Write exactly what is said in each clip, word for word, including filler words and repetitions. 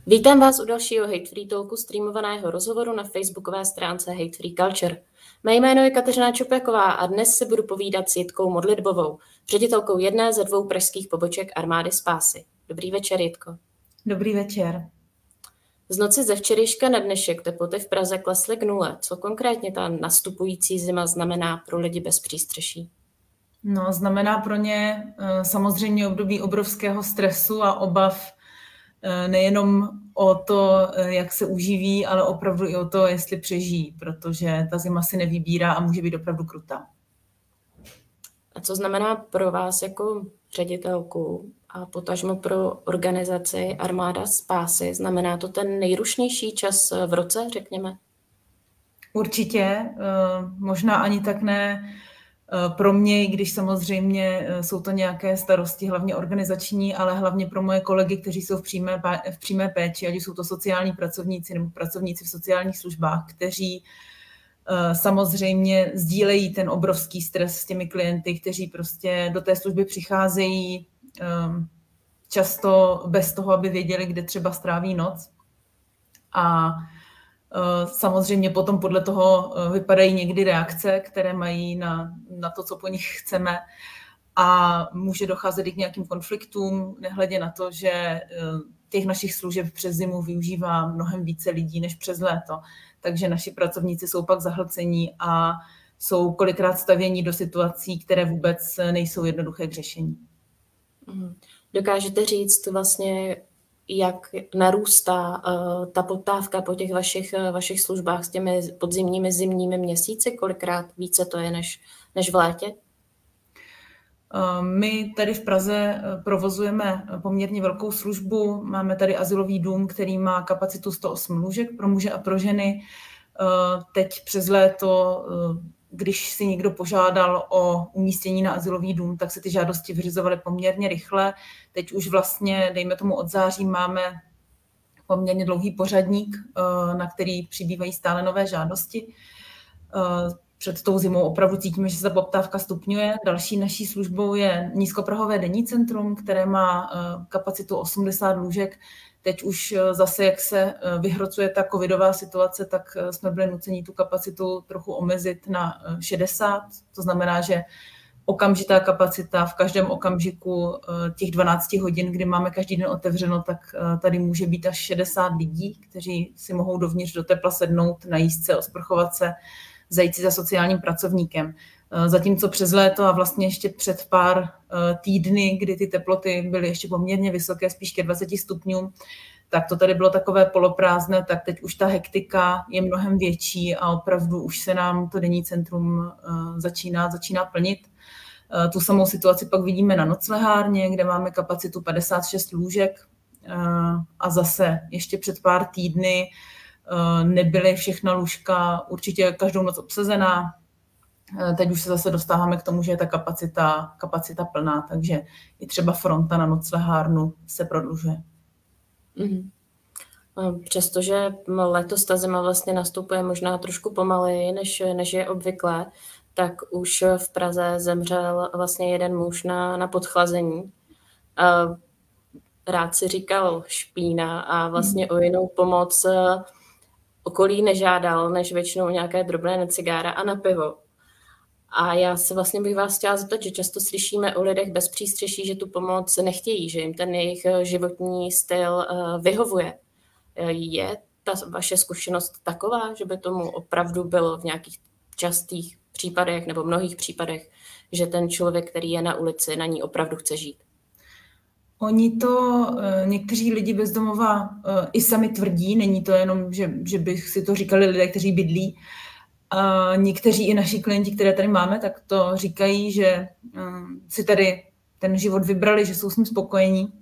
Vítám vás u dalšího Hate Free Talku, streamovaného rozhovoru na facebookové stránce Hate Free Culture. Mé jméno je Kateřina Čupeková a dnes se budu povídat s Jitkou Modlitbovou, ředitelkou jedné ze dvou pražských poboček Armády Spásy. Dobrý večer, Jitko. Dobrý večer. Z noci ze včerejška na dnešek teploty v Praze klesly k nule. Co konkrétně ta nastupující zima znamená pro lidi bez přístřeší? No, znamená pro ně samozřejmě období obrovského stresu a obav nejenom o to, jak se uživí, ale opravdu i o to, jestli přežijí, protože ta zima si nevybírá a může být opravdu krutá. A co znamená pro vás jako ředitelku a potažmo pro organizaci Armáda Spásy? Znamená to ten nejrušnější čas v roce, řekněme? Určitě, možná ani tak ne pro mě, když samozřejmě jsou to nějaké starosti, hlavně organizační, ale hlavně pro moje kolegy, kteří jsou v přímé, v přímé péči, ať jsou to sociální pracovníci nebo pracovníci v sociálních službách, kteří samozřejmě sdílejí ten obrovský stres s těmi klienty, kteří prostě do té služby přicházejí často bez toho, aby věděli, kde třeba stráví noc. A samozřejmě potom podle toho vypadají někdy reakce, které mají na, na to, co po nich chceme, a může docházet i k nějakým konfliktům, nehledě na to, že těch našich služeb přes zimu využívá mnohem více lidí než přes léto. Takže naši pracovníci jsou pak zahlcení a jsou kolikrát stavěni do situací, které vůbec nejsou jednoduché k řešení. Dokážete říct vlastně, jak narůstá uh, ta poptávka po těch vašich, uh, vašich službách s těmi podzimními, zimními měsíci? Kolikrát více to je než, než v létě? My tady v Praze provozujeme poměrně velkou službu. Máme tady azylový dům, který má kapacitu sto osm lůžek pro muže a pro ženy. Teď přes léto, když si někdo požádal o umístění na azylový dům, tak se ty žádosti vyřizovaly poměrně rychle. Teď už vlastně, dejme tomu od září, máme poměrně dlouhý pořadník, na který přibývají stále nové žádosti. Před tou zimou opravdu cítíme, že se ta poptávka stupňuje. Další naší službou je nízkoprahové denní centrum, které má kapacitu osmdesát lůžek. Teď už zase, jak se vyhrocuje ta covidová situace, tak jsme byli nuceni tu kapacitu trochu omezit na šedesát. To znamená, že okamžitá kapacita v každém okamžiku těch dvanáct hodin, kdy máme každý den otevřeno, tak tady může být až šedesát lidí, kteří si mohou dovnitř do tepla sednout, najíst se, osprchovat se, zajít si za sociálním pracovníkem. Zatímco přes léto a vlastně ještě před pár týdny, kdy ty teploty byly ještě poměrně vysoké, spíš ke dvaceti stupňům, tak to tady bylo takové poloprázdné, tak teď už ta hektika je mnohem větší a opravdu už se nám to denní centrum začíná, začíná plnit. Tu samou situaci pak vidíme na noclehárně, kde máme kapacitu padesát šest lůžek a zase ještě před pár týdny nebyly všechna lůžka určitě každou noc obsazená. Teď už se zase dostáváme k tomu, že je ta kapacita, kapacita plná, takže i třeba fronta na noclehárnu se prodlužuje. Mm. Přestože letos ta zima vlastně nastupuje možná trošku pomaleji, než, než je obvyklé, tak už v Praze zemřel vlastně jeden muž na, na podchlazení. Rád si říkal špína a vlastně mm. o jinou pomoc okolí nežádal, než většinou nějaké drobné na cigára a na pivo. A já se vlastně bych vás chtěla zeptat, že často slyšíme o lidech bez přístřeší, že tu pomoc nechtějí, že jim ten jejich životní styl vyhovuje. Je ta vaše zkušenost taková, že by tomu opravdu bylo v nějakých častých případech nebo mnohých případech, že ten člověk, který je na ulici, na ní opravdu chce žít? Oni to, někteří lidi bezdomova i sami tvrdí, není to jenom, že, že bych si to říkali lidé, kteří bydlí. A někteří i naši klienti, které tady máme, tak to říkají, že si tady ten život vybrali, že jsou s ním spokojení.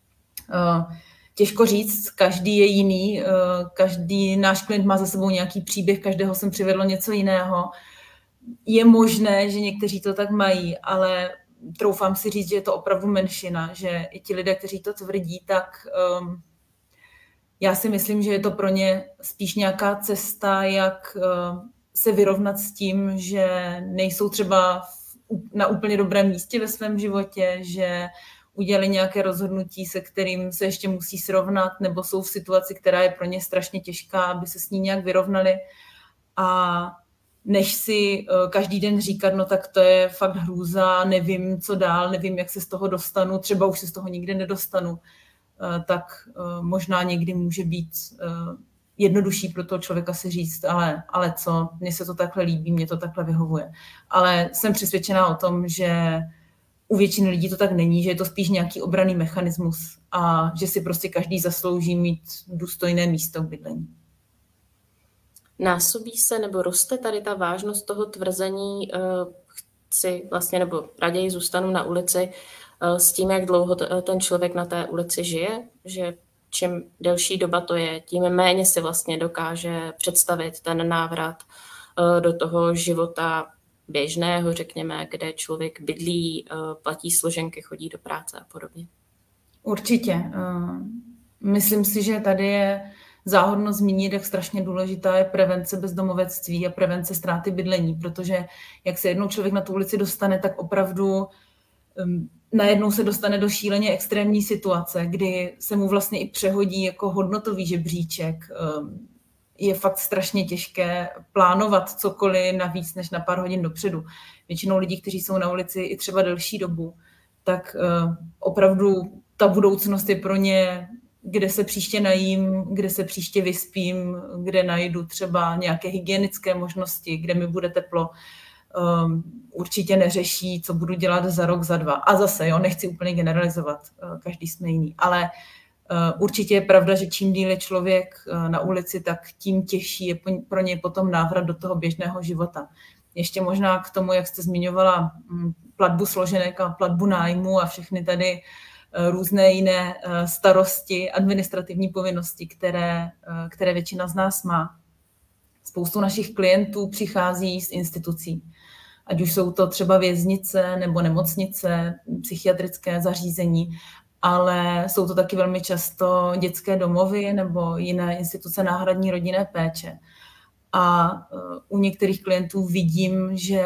Těžko říct, každý je jiný, každý náš klient má za sebou nějaký příběh, každého sem přivedlo něco jiného. Je možné, že někteří to tak mají, ale troufám si říct, že je to opravdu menšina, že i ti lidé, kteří to tvrdí, tak um, já si myslím, že je to pro ně spíš nějaká cesta, jak uh, se vyrovnat s tím, že nejsou třeba v, na úplně dobrém místě ve svém životě, že udělali nějaké rozhodnutí, se kterým se ještě musí srovnat, nebo jsou v situaci, která je pro ně strašně těžká, aby se s ní nějak vyrovnali. A než si každý den říkat, no tak to je fakt hrůza, nevím, co dál, nevím, jak se z toho dostanu, třeba už se z toho nikdy nedostanu, tak možná někdy může být jednodušší pro toho člověka si říct, ale, ale co, mně se to takhle líbí, mě to takhle vyhovuje. Ale jsem přesvědčená o tom, že u většiny lidí to tak není, že je to spíš nějaký obranný mechanismus a že si prostě každý zaslouží mít důstojné místo k bydlení. Násobí se nebo roste tady ta vážnost toho tvrzení, chci vlastně, nebo raději zůstanu na ulici, s tím, jak dlouho ten člověk na té ulici žije, že čím delší doba to je, tím méně si vlastně dokáže představit ten návrat do toho života běžného, řekněme, kde člověk bydlí, platí složenky, chodí do práce a podobně. Určitě. Myslím si, že tady je záhodno zmínit, jak strašně důležitá je prevence bezdomovectví a prevence ztráty bydlení, protože jak se jednou člověk na tu ulici dostane, tak opravdu najednou se dostane do šíleně extrémní situace, kdy se mu vlastně i přehodí jako hodnotový žebříček. Je fakt strašně těžké plánovat cokoliv navíc než na pár hodin dopředu. Většinou lidí, kteří jsou na ulici i třeba delší dobu, tak opravdu ta budoucnost je pro ně, kde se příště najím, kde se příště vyspím, kde najdu třeba nějaké hygienické možnosti, kde mi bude teplo. Um, určitě neřeší, co budu dělat za rok, za dva. A zase, jo, nechci úplně generalizovat, uh, každý jsme jiný. Ale uh, určitě je pravda, že čím díl je člověk uh, na ulici, tak tím těžší je pro něj potom návrat do toho běžného života. Ještě možná k tomu, jak jste zmiňovala um, platbu složenek a platbu nájmu a všechny tady uh, různé jiné uh, starosti, administrativní povinnosti, které, uh, které většina z nás má. Spoustu našich klientů přichází z institucí. Ať už jsou to třeba věznice nebo nemocnice, psychiatrické zařízení, ale jsou to taky velmi často dětské domovy nebo jiné instituce náhradní rodinné péče. A u některých klientů vidím, že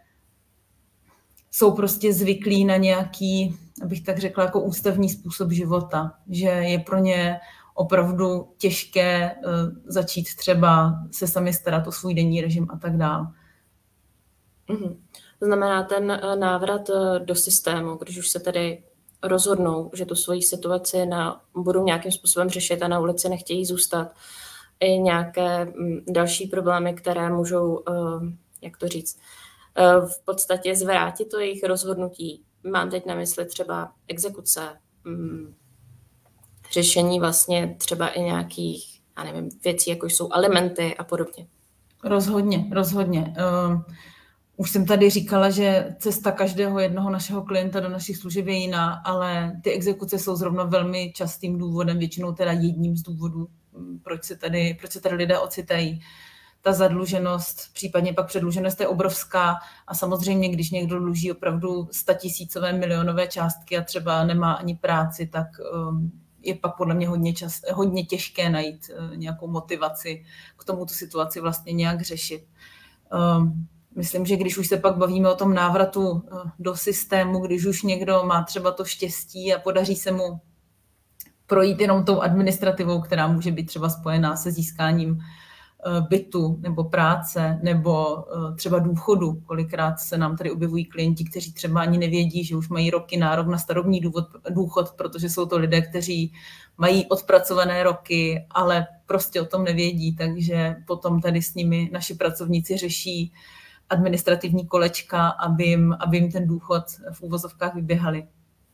jsou prostě zvyklí na nějaký, abych tak řekla, jako ústavní způsob života, že je pro ně opravdu těžké uh, začít třeba se sami starat o svůj denní režim a tak dále. Mm-hmm. To znamená ten návrat do systému, když už se tedy rozhodnou, že tu svoji situaci na, budou nějakým způsobem řešit a na ulici nechtějí zůstat, i nějaké m, další problémy, které můžou, uh, jak to říct, uh, v podstatě zvrátit to jejich rozhodnutí. Mám teď na mysli třeba exekuce, um, řešení vlastně třeba i nějakých, já nevím, věcí, jako jsou alimenty a podobně. Rozhodně, rozhodně. Uh, už jsem tady říkala, že cesta každého jednoho našeho klienta do našich služeb je jiná, ale ty exekuce jsou zrovna velmi častým důvodem, většinou teda jedním z důvodů, proč se tady, proč se tady lidé ocitají. Ta zadluženost, případně pak předluženost je obrovská a samozřejmě, když někdo dluží opravdu statisícové, milionové částky a třeba nemá ani práci, tak um, je pak podle mě hodně, čas, hodně těžké najít uh, nějakou motivaci k tomu tu situaci vlastně nějak řešit. Um, myslím, že když už se pak bavíme o tom návratu uh, do systému, když už někdo má třeba to štěstí a podaří se mu projít jenom tou administrativou, která může být třeba spojená se získáním bytu nebo práce nebo třeba důchodu. Kolikrát se nám tady objevují klienti, kteří třeba ani nevědí, že už mají roky nárok na starobní důvod, důchod, protože jsou to lidé, kteří mají odpracované roky, ale prostě o tom nevědí, takže potom tady s nimi naši pracovníci řeší administrativní kolečka, aby jim, aby jim ten důchod v úvozovkách vyběhali.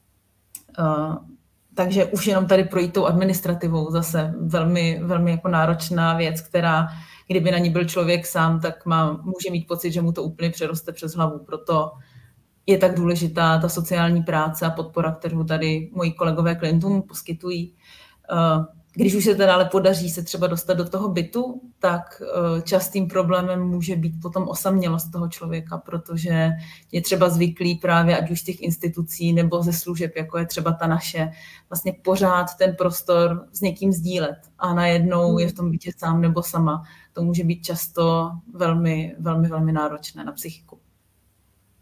Uh, Takže už jenom tady projít tou administrativou zase velmi, velmi jako náročná věc, která, kdyby na ní byl člověk sám, tak má, může mít pocit, že mu to úplně přeroste přes hlavu. Proto je tak důležitá ta sociální práce a podpora, kterou tady moji kolegové klientům poskytují. Když už se teda ale podaří se třeba dostat do toho bytu, tak častým problémem může být potom osamělost toho člověka, protože je třeba zvyklý právě ať už z těch institucí nebo ze služeb, jako je třeba ta naše, vlastně pořád ten prostor s někým sdílet a najednou je v tom bytě sám nebo sama. To může být často velmi, velmi, velmi náročné na psychiku.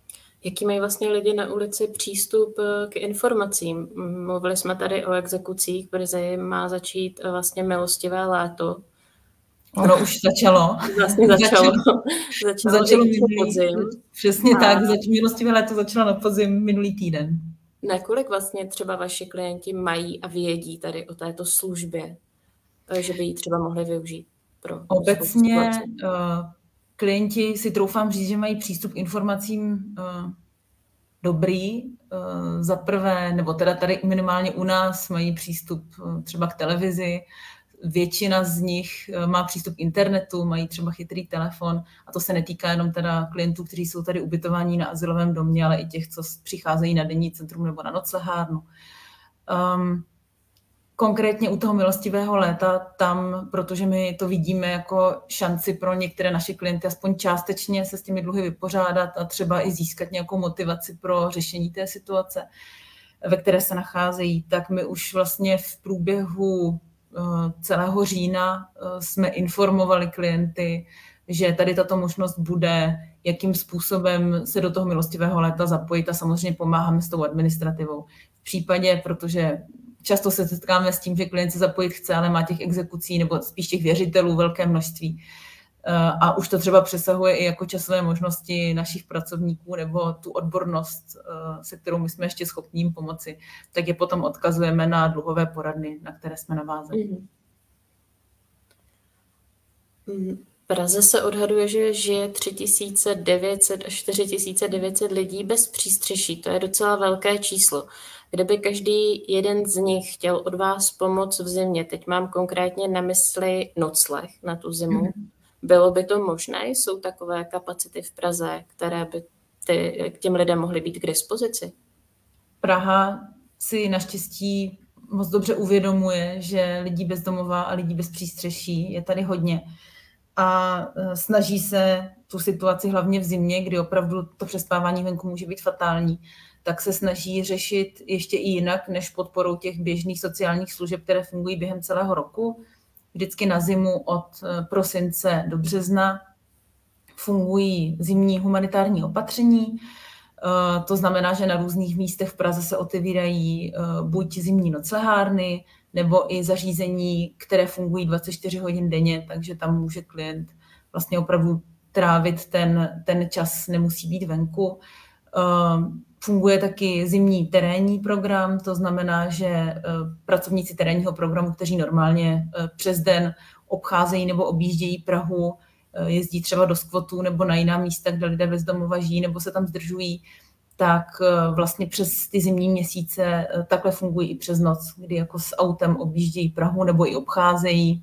Jaký mají vlastně lidi na ulici přístup k informacím? Mluvili jsme tady o exekucích, brzy má začít vlastně milostivé léto. Ono už začalo. Vlastně začalo. Začalo, začalo minulý, podzim. Přesně a... tak, zač, milostivé léto začalo na podzim minulý týden. Nakolik vlastně třeba vaši klienti mají a vědí tady o této službě, že by ji třeba mohli využít? Pro Obecně uh, klienti si troufám říct, že mají přístup k informacím uh, dobrý. Uh, za prvé, nebo teda tady minimálně u nás mají přístup uh, třeba k televizi. Většina z nich uh, má přístup k internetu, mají třeba chytrý telefon a to se netýká jenom teda klientů, kteří jsou tady ubytovaní na azylovém domě, ale i těch, co přicházejí na denní centrum nebo na noclehárnu. Um, Konkrétně u toho milostivého léta tam, protože my to vidíme jako šanci pro některé naše klienty aspoň částečně se s těmi dluhy vypořádat a třeba i získat nějakou motivaci pro řešení té situace, ve které se nacházejí, tak my už vlastně v průběhu celého října jsme informovali klienty, že tady tato možnost bude, jakým způsobem se do toho milostivého léta zapojit a samozřejmě pomáháme s tou administrativou. V případě, protože často se setkáme s tím, že klient se zapojit chce, ale má těch exekucí nebo spíš těch věřitelů velké množství. A už to třeba přesahuje i jako časové možnosti našich pracovníků nebo tu odbornost, se kterou my jsme ještě schopni jim pomoci, tak je potom odkazujeme na dluhové poradny, na které jsme navázali. V Praze se odhaduje, že žije tři tisíce devět set až čtyři tisíce devět set lidí bez přístřeší. To je docela velké číslo. Kdyby každý jeden z nich chtěl od vás pomoct v zimě, teď mám konkrétně na mysli nocleh na tu zimu, mm. bylo by to možné? Jsou takové kapacity v Praze, které by ty, k těm lidem mohly být k dispozici? Praha si naštěstí moc dobře uvědomuje, že lidí bez domova a lidí bez přístřeší je tady hodně. A snaží se tu situaci hlavně v zimě, kdy opravdu to přespávání venku může být fatální, tak se snaží řešit ještě i jinak, než podporou těch běžných sociálních služeb, které fungují během celého roku. Vždycky na zimu od prosince do března fungují zimní humanitární opatření. To znamená, že na různých místech v Praze se otevírají buď zimní noclehárny, nebo i zařízení, které fungují dvacet čtyři hodin denně, takže tam může klient vlastně opravdu trávit ten, ten čas, nemusí být venku. Funguje taky zimní terénní program, to znamená, že pracovníci terénního programu, kteří normálně přes den obcházejí nebo objíždějí Prahu, jezdí třeba do skvotů nebo na jiná místa, kde lidé bez domova žijí nebo se tam zdržují, tak vlastně přes ty zimní měsíce takhle fungují i přes noc, kdy jako s autem objíždějí Prahu nebo i obcházejí.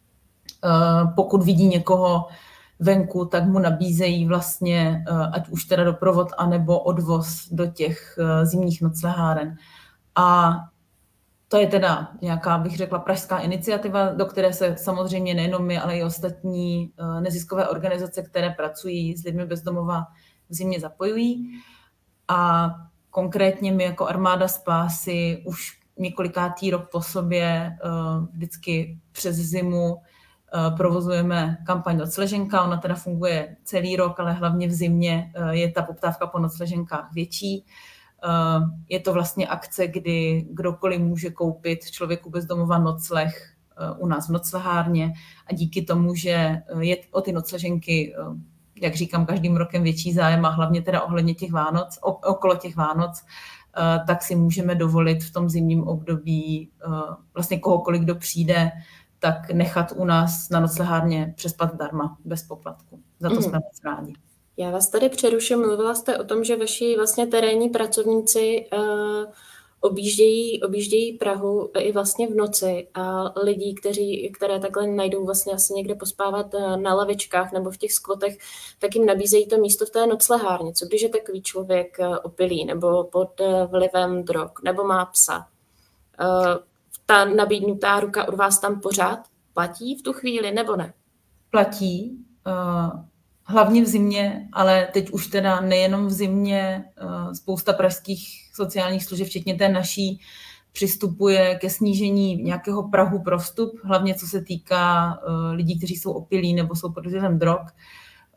Pokud vidí někoho venku, tak mu nabízejí vlastně ať už teda doprovod, anebo odvoz do těch zimních nocleháren. A to je teda nějaká, bych řekla, pražská iniciativa, do které se samozřejmě nejenom my, ale i ostatní neziskové organizace, které pracují s lidmi bez domova, v zimě zapojují. A konkrétně my jako Armáda spásy už několikátý rok po sobě vždycky přes zimu provozujeme kampaň Nocleženka. Ona teda funguje celý rok, ale hlavně v zimě je ta poptávka po nocleženkách větší. Je to vlastně akce, kdy kdokoliv může koupit člověku bez domova nocleh u nás v noclehárně a díky tomu, že je o ty nocleženky, jak říkám, každým rokem větší zájem a hlavně teda ohledně těch Vánoc, okolo těch Vánoc, tak si můžeme dovolit v tom zimním období vlastně kohokoliv, kdo přijde, tak nechat u nás na noclehárně přespat zdarma, bez poplatku. Za to mm. jsme moc rádi. Já vás tady přeruším, mluvila jste o tom, že vaši vlastně terénní pracovníci uh, objíždějí, objíždějí Prahu i vlastně v noci a lidí, kteří, které takhle najdou vlastně asi někde pospávat na lavičkách nebo v těch skvotech, tak jim nabízejí to místo v té noclehárně. Co když je takový člověk opilý nebo pod vlivem drog nebo má psa? Uh, ta nabídnutá ruka od vás tam pořád platí v tu chvíli nebo ne? Platí. Uh... Hlavně v zimě, ale teď už teda nejenom v zimě, spousta pražských sociálních služeb, včetně té naší, přistupuje ke snížení nějakého prahu pro vstup, hlavně co se týká lidí, kteří jsou opilí nebo jsou pod vlivem drog.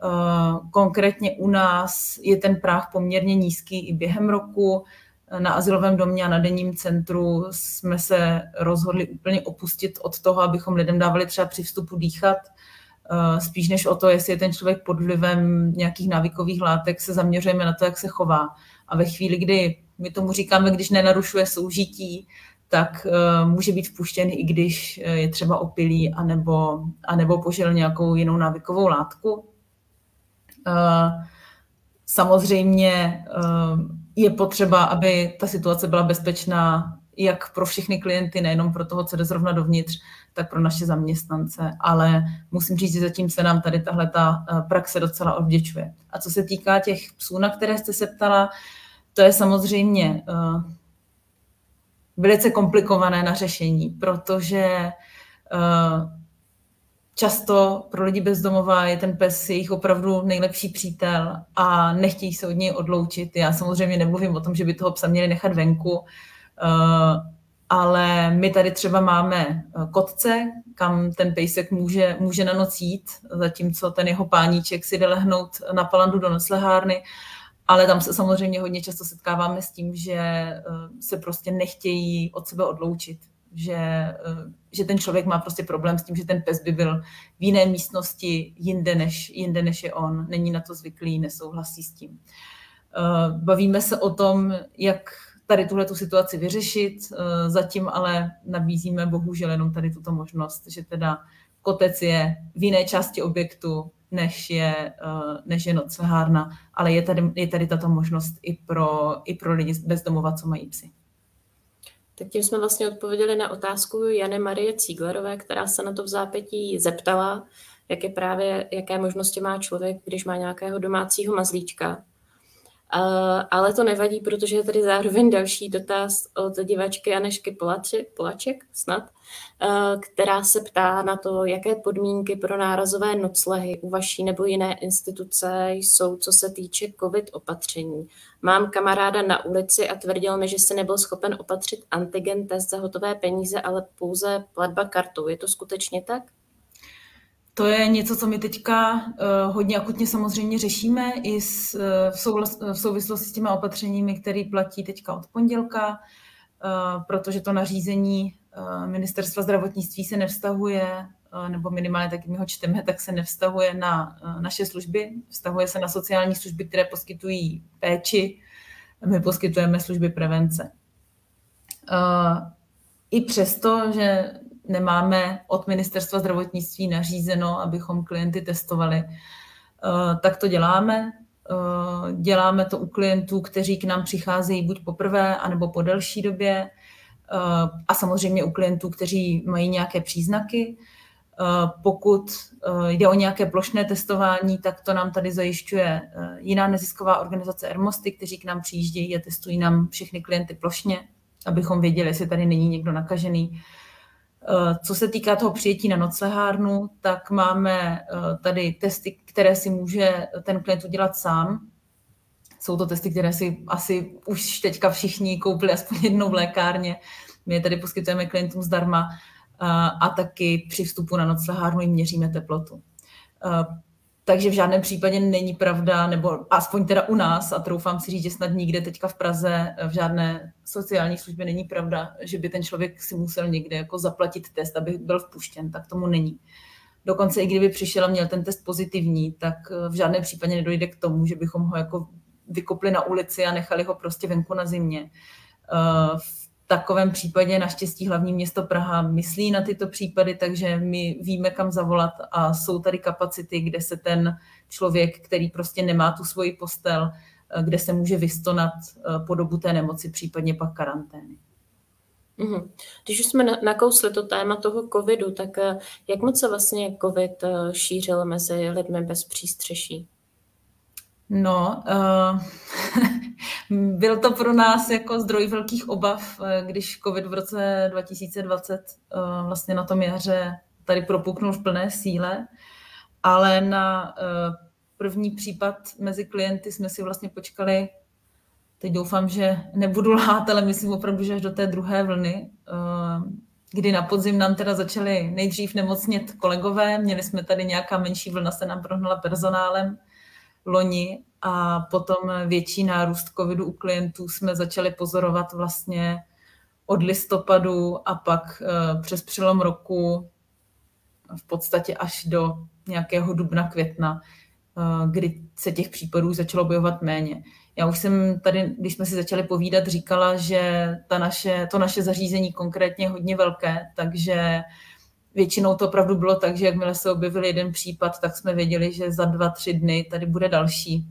Konkrétně u nás je ten práh poměrně nízký i během roku. Na azylovém domě a na denním centru jsme se rozhodli úplně opustit od toho, abychom lidem dávali třeba při vstupu dýchat, spíš než o to, jestli je ten člověk pod vlivem nějakých návykových látek, se zaměřujeme na to, jak se chová. A ve chvíli, kdy my tomu říkáme, když nenarušuje soužití, tak uh, může být vpuštěn, i když je třeba opilý anebo, anebo požil nějakou jinou návykovou látku. Uh, samozřejmě uh, je potřeba, aby ta situace byla bezpečná jak pro všechny klienty, nejenom pro toho, co jde zrovna dovnitř, tak pro naše zaměstnance. Ale musím říct, že zatím se nám tady tahle ta praxe docela odvděčuje. A co se týká těch psů, na které jste se ptala, to je samozřejmě uh, velice komplikované na řešení, protože uh, často pro lidi bezdomová je ten pes jejich opravdu nejlepší přítel a nechtějí se od něj odloučit. Já samozřejmě nemluvím o tom, že by toho psa měli nechat venku, uh, ale my tady třeba máme kotce, kam ten pejsek může, může na noc jít, zatímco ten jeho páníček si jde lehnout na palandu do noclehárny. Ale tam se samozřejmě hodně často setkáváme s tím, že se prostě nechtějí od sebe odloučit. Že, že ten člověk má prostě problém s tím, že ten pes by byl v jiné místnosti jinde než, jinde než je on. Není na to zvyklý, nesouhlasí s tím. Bavíme se o tom, jak tady tuhletu situaci vyřešit. Zatím ale nabízíme bohužel jenom tady tuto možnost, že teda kotec je v jiné části objektu, než je, než je noclehárna, ale je tady, je tady tato možnost i pro, i pro lidi bez domova, co mají psy. Tak tím jsme vlastně odpověděli na otázku Jany Marie Cíglerové, která se na to v zápětí zeptala, jak je právě, jaké možnosti má člověk, když má nějakého domácího mazlíčka. Uh, ale to nevadí, protože je tady zároveň další dotaz od divačky Anežky Polači, Polaček, snad, uh, která se ptá na to, jaké podmínky pro nárazové noclehy u vaší nebo jiné instituce jsou, co se týče covid opatření. Mám kamaráda na ulici a tvrdil mi, že se nebyl schopen opatřit antigen test za hotové peníze, ale pouze platba kartou. Je to skutečně tak? To je něco, co my teďka uh, hodně akutně samozřejmě řešíme i s, uh, v, souvis, v souvislosti s těma opatřeními, které platí teďka od pondělka, uh, protože to nařízení uh, ministerstva zdravotnictví se nevztahuje, uh, nebo minimálně tak, jak my ho čteme, tak se nevztahuje na uh, naše služby, vztahuje se na sociální služby, které poskytují péči, my poskytujeme služby prevence. Uh, I přesto, že nemáme od ministerstva zdravotnictví nařízeno, abychom klienty testovali, tak to děláme. Děláme to u klientů, kteří k nám přicházejí buď poprvé, anebo po delší době. A samozřejmě u klientů, kteří mají nějaké příznaky. Pokud jde o nějaké plošné testování, tak to nám tady zajišťuje jiná nezisková organizace Ermosty, kteří k nám přijíždějí a testují nám všechny klienty plošně, abychom věděli, jestli tady není někdo nakažený. Co se týká toho přijetí na noclehárnu, tak máme tady testy, které si může ten klient udělat sám. Jsou to testy, které si asi už teďka všichni koupili aspoň jednou v lékárně. My je tady poskytujeme klientům zdarma a taky při vstupu na noclehárnu jim měříme teplotu. Takže v žádném případě není pravda, nebo aspoň teda u nás, a troufám si říct, že snad nikde teďka v Praze v žádné sociální službě není pravda, že by ten člověk si musel někde jako zaplatit test, aby byl vpuštěn, tak tomu není. Dokonce i kdyby přišel a měl ten test pozitivní, tak v žádném případě nedojde k tomu, že bychom ho jako vykopli na ulici a nechali ho prostě venku na zimě. V takovém případě naštěstí hlavní město Praha myslí na tyto případy, takže my víme, kam zavolat a jsou tady kapacity, kde se ten člověk, který prostě nemá tu svoji postel, kde se může vystonat po dobu té nemoci, případně pak karantény. Mm-hmm. Když už jsme nakousli to téma toho covidu, tak jak moc se vlastně covid šířil mezi lidmi bez přístřeší? No, uh, byl to pro nás jako zdroj velkých obav, když covid v roce dva tisíce dvacet uh, vlastně na tom jaře tady propuknul v plné síle, ale na uh, první případ mezi klienty jsme si vlastně počkali, teď doufám, že nebudu lhát, ale myslím opravdu, že až do té druhé vlny, uh, kdy na podzim nám teda začali nejdřív nemocnět kolegové, měli jsme tady nějaká menší vlna, se nám prohnala personálem loni a potom větší nárůst covidu u klientů jsme začali pozorovat vlastně od listopadu a pak přes přelom roku v podstatě až do nějakého dubna, května, kdy se těch případů začalo objevovat méně. Já už jsem tady, když jsme si začali povídat, říkala, že ta naše, to naše zařízení konkrétně je hodně velké, takže většinou to opravdu bylo tak, že jakmile se objevil jeden případ, tak jsme věděli, že za dva, tři dny tady bude další.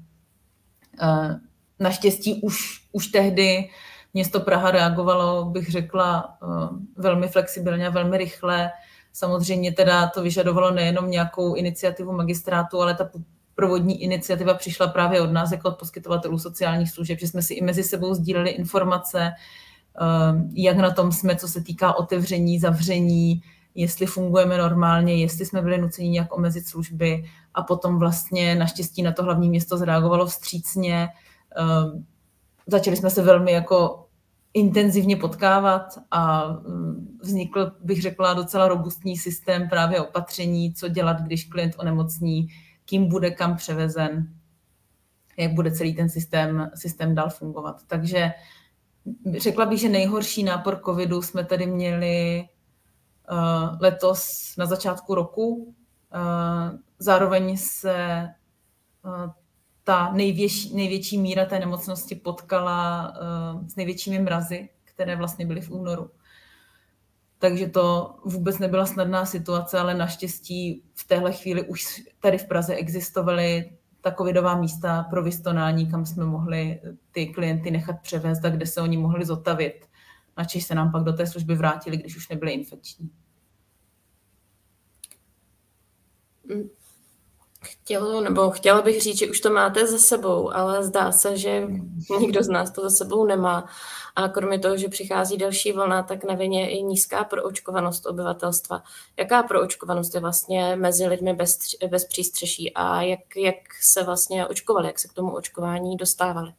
Naštěstí už, už tehdy město Praha reagovalo, bych řekla, velmi flexibilně a velmi rychle. Samozřejmě teda to vyžadovalo nejenom nějakou iniciativu magistrátu, ale ta provodní iniciativa přišla právě od nás, jako od poskytovatelů sociálních služeb, že jsme si i mezi sebou sdíleli informace, jak na tom jsme, co se týká otevření, zavření, jestli fungujeme normálně, jestli jsme byli nuceni nějak omezit služby a potom vlastně naštěstí na to hlavní město zareagovalo vstřícně. Začali jsme se velmi jako intenzivně potkávat a vznikl, bych řekla, docela robustní systém právě opatření, co dělat, když klient onemocní, kým bude kam převezen, jak bude celý ten systém, systém dál fungovat. Takže řekla bych, že nejhorší nápor covidu jsme tady měli uh, letos na začátku roku. Uh, zároveň se uh, ta největší, největší míra té nemocnosti potkala uh, s největšími mrazy, které vlastně byly v únoru. Takže to vůbec nebyla snadná situace, ale naštěstí v téhle chvíli už tady v Praze existovaly ta covidová místa pro vystonání, kam jsme mohli ty klienty nechat převést a kde se oni mohli zotavit. Načež se nám pak do té služby vrátili, když už nebyly infekční. Chtělo, nebo chtěla bych říct, že už to máte za sebou, ale zdá se, že nikdo z nás to za sebou nemá. A kromě toho, že přichází další vlna, tak na vině je i nízká proočkovanost obyvatelstva. Jaká proočkovanost je vlastně mezi lidmi bez, bez přístřeší a jak, jak se vlastně očkovali, jak se k tomu očkování dostávali?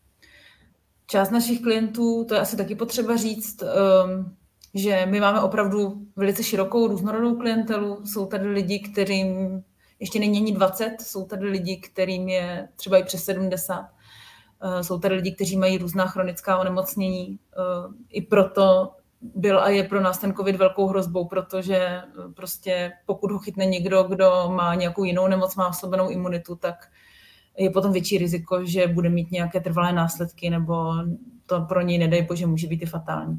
Část našich klientů, to je asi taky potřeba říct, že my máme opravdu velice širokou různorodou klientelu. Jsou tady lidi, kterým ještě není ani dvacet, jsou tady lidi, kterým je třeba i přes sedmdesát. Jsou tady lidi, kteří mají různá chronická onemocnění. I proto byl a je pro nás ten covid velkou hrozbou, protože prostě pokud ho chytne někdo, kdo má nějakou jinou nemoc, má oslabenou imunitu, tak je potom větší riziko, že bude mít nějaké trvalé následky nebo to pro něj, nedej bože, může být i fatální.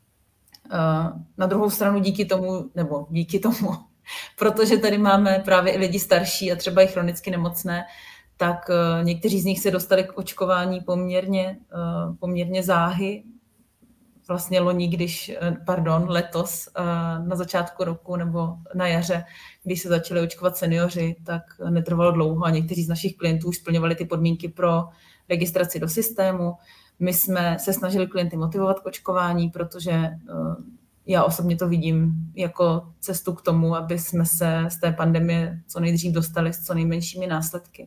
Na druhou stranu díky tomu, nebo díky tomu, protože tady máme právě i lidi starší a třeba i chronicky nemocné, tak někteří z nich se dostali k očkování poměrně, poměrně záhy. Vlastně loni, když, pardon, letos na začátku roku nebo na jaře, když se začali očkovat seniori, tak netrvalo dlouho a někteří z našich klientů už splňovali ty podmínky pro registraci do systému. My jsme se snažili klienty motivovat k očkování, protože já osobně to vidím jako cestu k tomu, aby jsme se z té pandemie co nejdřív dostali s co nejmenšími následky.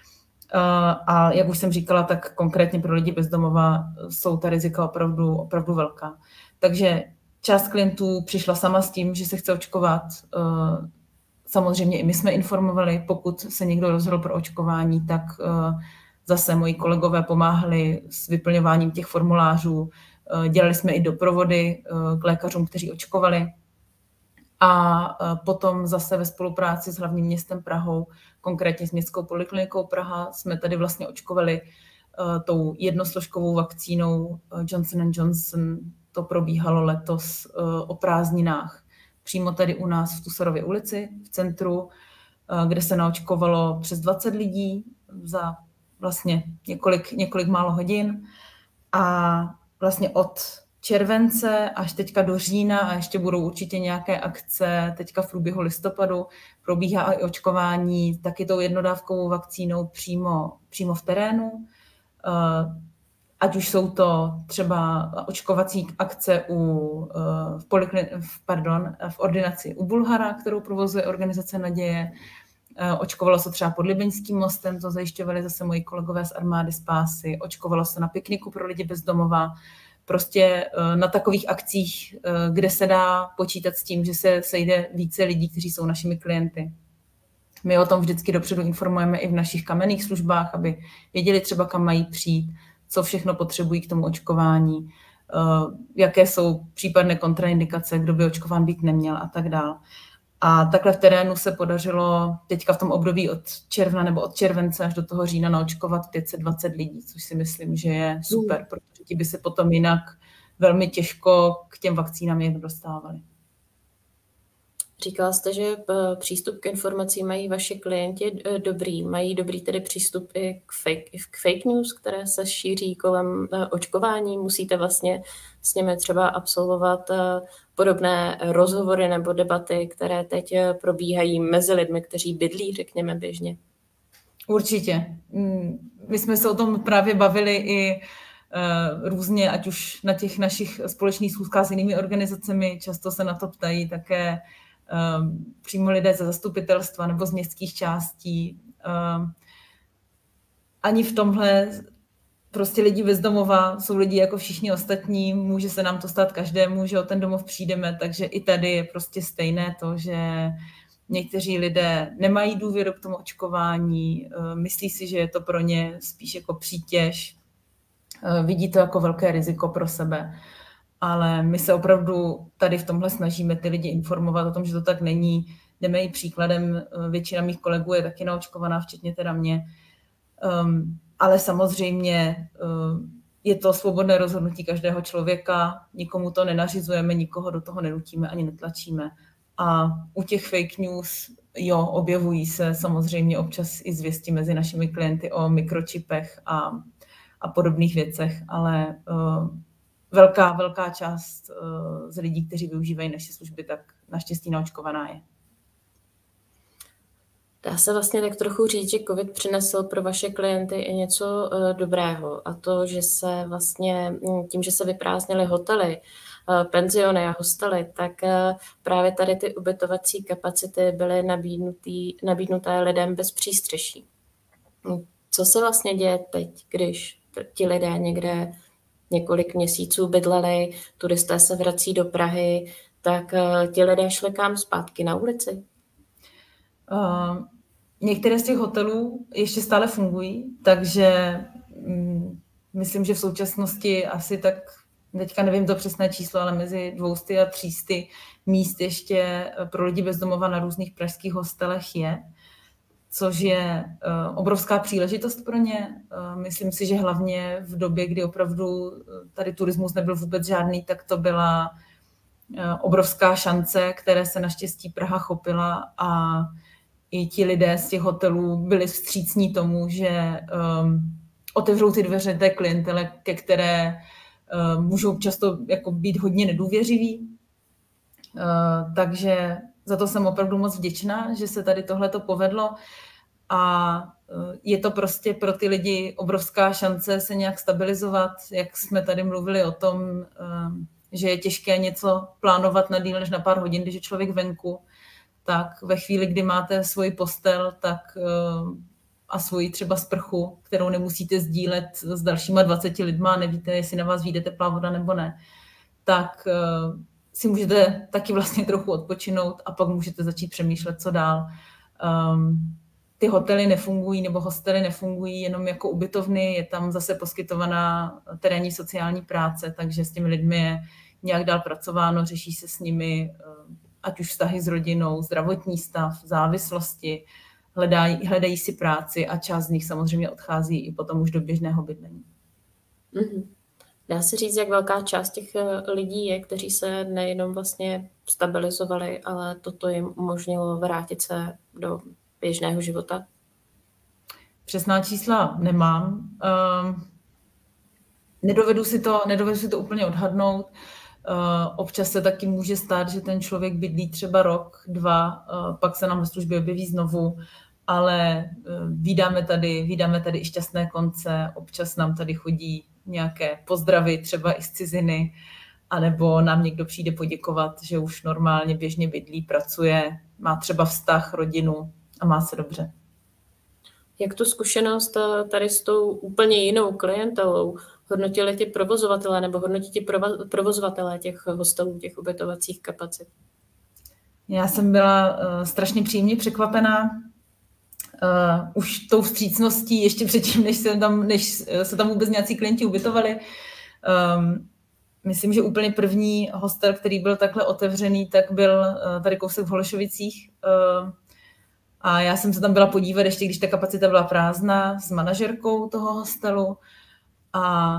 A jak už jsem říkala, tak konkrétně pro lidi bezdomova jsou ta rizika opravdu, opravdu velká. Takže část klientů přišla sama s tím, že se chce očkovat. Samozřejmě i my jsme informovali, pokud se někdo rozhodl pro očkování, tak zase moji kolegové pomáhali s vyplňováním těch formulářů. Dělali jsme i doprovody k lékařům, kteří očkovali. A potom zase ve spolupráci s hlavním městem Prahou, konkrétně s Městskou poliklinikou Praha, jsme tady vlastně očkovali tou jednosložkovou vakcínou Johnson and Johnson. To probíhalo letos o prázdninách. Přímo tady u nás v Tusarově ulici, v centru, kde se naočkovalo přes dvacet lidí za vlastně několik, několik málo hodin. A vlastně od července až teďka do října a ještě budou určitě nějaké akce teďka v průběhu listopadu. Probíhá i očkování taky tou jednodávkovou vakcínou přímo, přímo v terénu. Ať už jsou to třeba očkovací akce u, v, polikli, pardon, v ordinaci u Bulhara, kterou provozuje organizace Naděje. Očkovalo se třeba pod Libeňským mostem, to zajišťovali zase moji kolegové z Armády Spásy. Očkovalo se na pikniku pro lidi bez domova. prostě na takových akcích, kde se dá počítat s tím, že se sejde více lidí, kteří jsou našimi klienty. My o tom vždycky dopředu informujeme i v našich kamenných službách, aby věděli třeba, kam mají přijít, co všechno potřebují k tomu očkování, jaké jsou případné kontraindikace, kdo by očkován být neměl a tak dále. A takhle v terénu se podařilo teďka v tom období od června nebo od července až do toho října naočkovat pět set dvacet lidí, což si myslím, že je super, protože ti by se potom jinak velmi těžko k těm vakcínám jak dostávali. Říkala jste, že přístup k informacím mají vaši klienti dobrý. Mají dobrý tedy přístup i k fake, k fake news, které se šíří kolem očkování. Musíte vlastně s nimi třeba absolvovat podobné rozhovory nebo debaty, které teď probíhají mezi lidmi, kteří bydlí, řekněme, běžně. Určitě. My jsme se o tom právě bavili i různě, ať už na těch našich společných schůzkách s jinými organizacemi. Často se na to ptají také přímo lidé ze zastupitelstva nebo z městských částí. Ani v tomhle prostě lidi bez domova jsou lidi jako všichni ostatní, může se nám to stát každému, že o ten domov přijdeme, takže i tady je prostě stejné to, že někteří lidé nemají důvěru k tomu očkování, myslí si, že je to pro ně spíš jako přítěž, vidí to jako velké riziko pro sebe. Ale my se opravdu tady v tomhle snažíme ty lidi informovat o tom, že to tak není. Jdeme i příkladem, většina mých kolegů je taky naočkovaná, včetně teda mě. Um, ale samozřejmě um, je to svobodné rozhodnutí každého člověka, nikomu to nenařizujeme, nikoho do toho nenutíme ani netlačíme. A u těch fake news, jo, objevují se samozřejmě občas i zvěsti mezi našimi klienty o mikročipech a, a podobných věcech, ale um, Velká, velká část uh, z lidí, kteří využívají naše služby, tak naštěstí naočkovaná je. Dá se vlastně tak trochu říct, že COVID přinesl pro vaše klienty i něco uh, dobrého. A to, že se vlastně tím, že se vyprázdnily hotely, uh, penziony a hostely, tak uh, právě tady ty ubytovací kapacity byly nabídnutý, nabídnuté lidem bez přístřeší. Co se vlastně děje teď, když ti lidé někde několik měsíců bydleli, turisté se vrací do Prahy, tak uh, ti lidé šli kam zpátky na ulici? Uh, některé z těch hotelů ještě stále fungují, takže um, myslím, že v současnosti asi tak, teďka nevím to přesné číslo, ale mezi dvousty a třísty míst ještě pro lidi bez domova na různých pražských hostelech je, což je uh, obrovská příležitost pro ně. Uh, myslím si, že hlavně v době, kdy opravdu tady turismus nebyl vůbec žádný, tak to byla uh, obrovská šance, které se naštěstí Praha chopila a i ti lidé z těch hotelů byli vstřícní tomu, že um, otevřou ty dveře té klientele, ke které uh, můžou často jako být hodně nedůvěřiví. Uh, takže za to jsem opravdu moc vděčná, že se tady tohleto povedlo a je to prostě pro ty lidi obrovská šance se nějak stabilizovat, jak jsme tady mluvili o tom, že je těžké něco plánovat na díl než na pár hodin, když je člověk venku, tak ve chvíli, kdy máte svoji postel tak a svoji třeba sprchu, kterou nemusíte sdílet s dalšíma dvaceti lidma, nevíte, jestli na vás vyjde teplá voda nebo ne, tak si můžete taky vlastně trochu odpočinout a pak můžete začít přemýšlet, co dál. Um, ty hotely nefungují nebo hostely nefungují jenom jako ubytovny, je tam zase poskytovaná terénní sociální práce, takže s těmi lidmi je nějak dál pracováno, řeší se s nimi, ať už vztahy s rodinou, zdravotní stav, závislosti, hledají, hledají si práci a část z nich samozřejmě odchází i potom už do běžného bydlení. Mm-hmm. Dá se říct, jak velká část těch lidí je, kteří se nejenom vlastně stabilizovali, ale toto jim umožnilo vrátit se do běžného života? Přesná čísla nemám. Uh, nedovedu si to, nedovedu si to úplně odhadnout. Uh, občas se taky může stát, že ten člověk bydlí třeba rok, dva, uh, pak se nám na službě objeví znovu, ale uh, vídáme tady, vídáme tady i šťastné konce, občas nám tady chodí nějaké pozdravy, třeba i z ciziny, anebo nám někdo přijde poděkovat, že už normálně běžně bydlí, pracuje, má třeba vztah, rodinu a má se dobře. Jak tu zkušenost tady s tou úplně jinou klientelou hodnotili ti provozovatelé nebo hodnotí ti provozovatelé těch hostelů, těch ubytovacích kapacit? Já jsem byla uh, strašně příjemně překvapená uh, už tou vstřícností, ještě předtím, než se tam, než se tam vůbec nějací klienti ubytovali. Um, myslím, že úplně první hostel, který byl takhle otevřený, tak byl uh, tady kousek v Holešovicích. Uh, a já jsem se tam byla podívat, ještě když ta kapacita byla prázdná, s manažerkou toho hostelu. A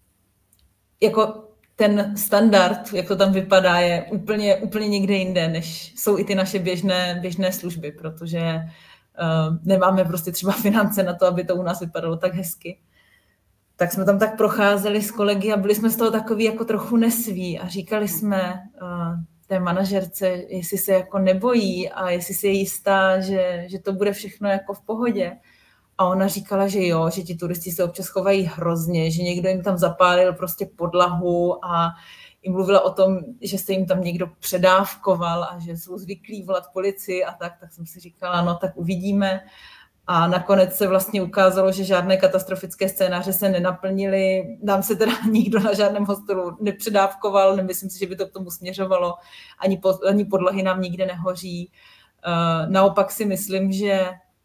jako ten standard, jak to tam vypadá, je úplně, úplně někde jinde, než jsou i ty naše běžné, běžné služby, protože uh, nemáme prostě třeba finance na to, aby to u nás vypadalo tak hezky. Tak jsme tam tak procházeli s kolegy a byli jsme z toho takový jako trochu nesví a říkali jsme uh, té manažerce, jestli se jako nebojí a jestli si je jistá, že, že to bude všechno jako v pohodě. A ona říkala, že jo, že ti turisti se občas chovají hrozně, že někdo jim tam zapálil prostě podlahu a jim mluvila o tom, že se jim tam někdo předávkoval a že jsou zvyklí volat policii a tak, tak jsem si říkala, no tak uvidíme. A nakonec se vlastně ukázalo, že žádné katastrofické scénáře se nenaplnily. Nám se teda nikdo na žádném hostelu nepředávkoval, nemyslím si, že by to k tomu směřovalo, ani, po, ani podlahy nám nikde nehoří. Uh, naopak si myslím, že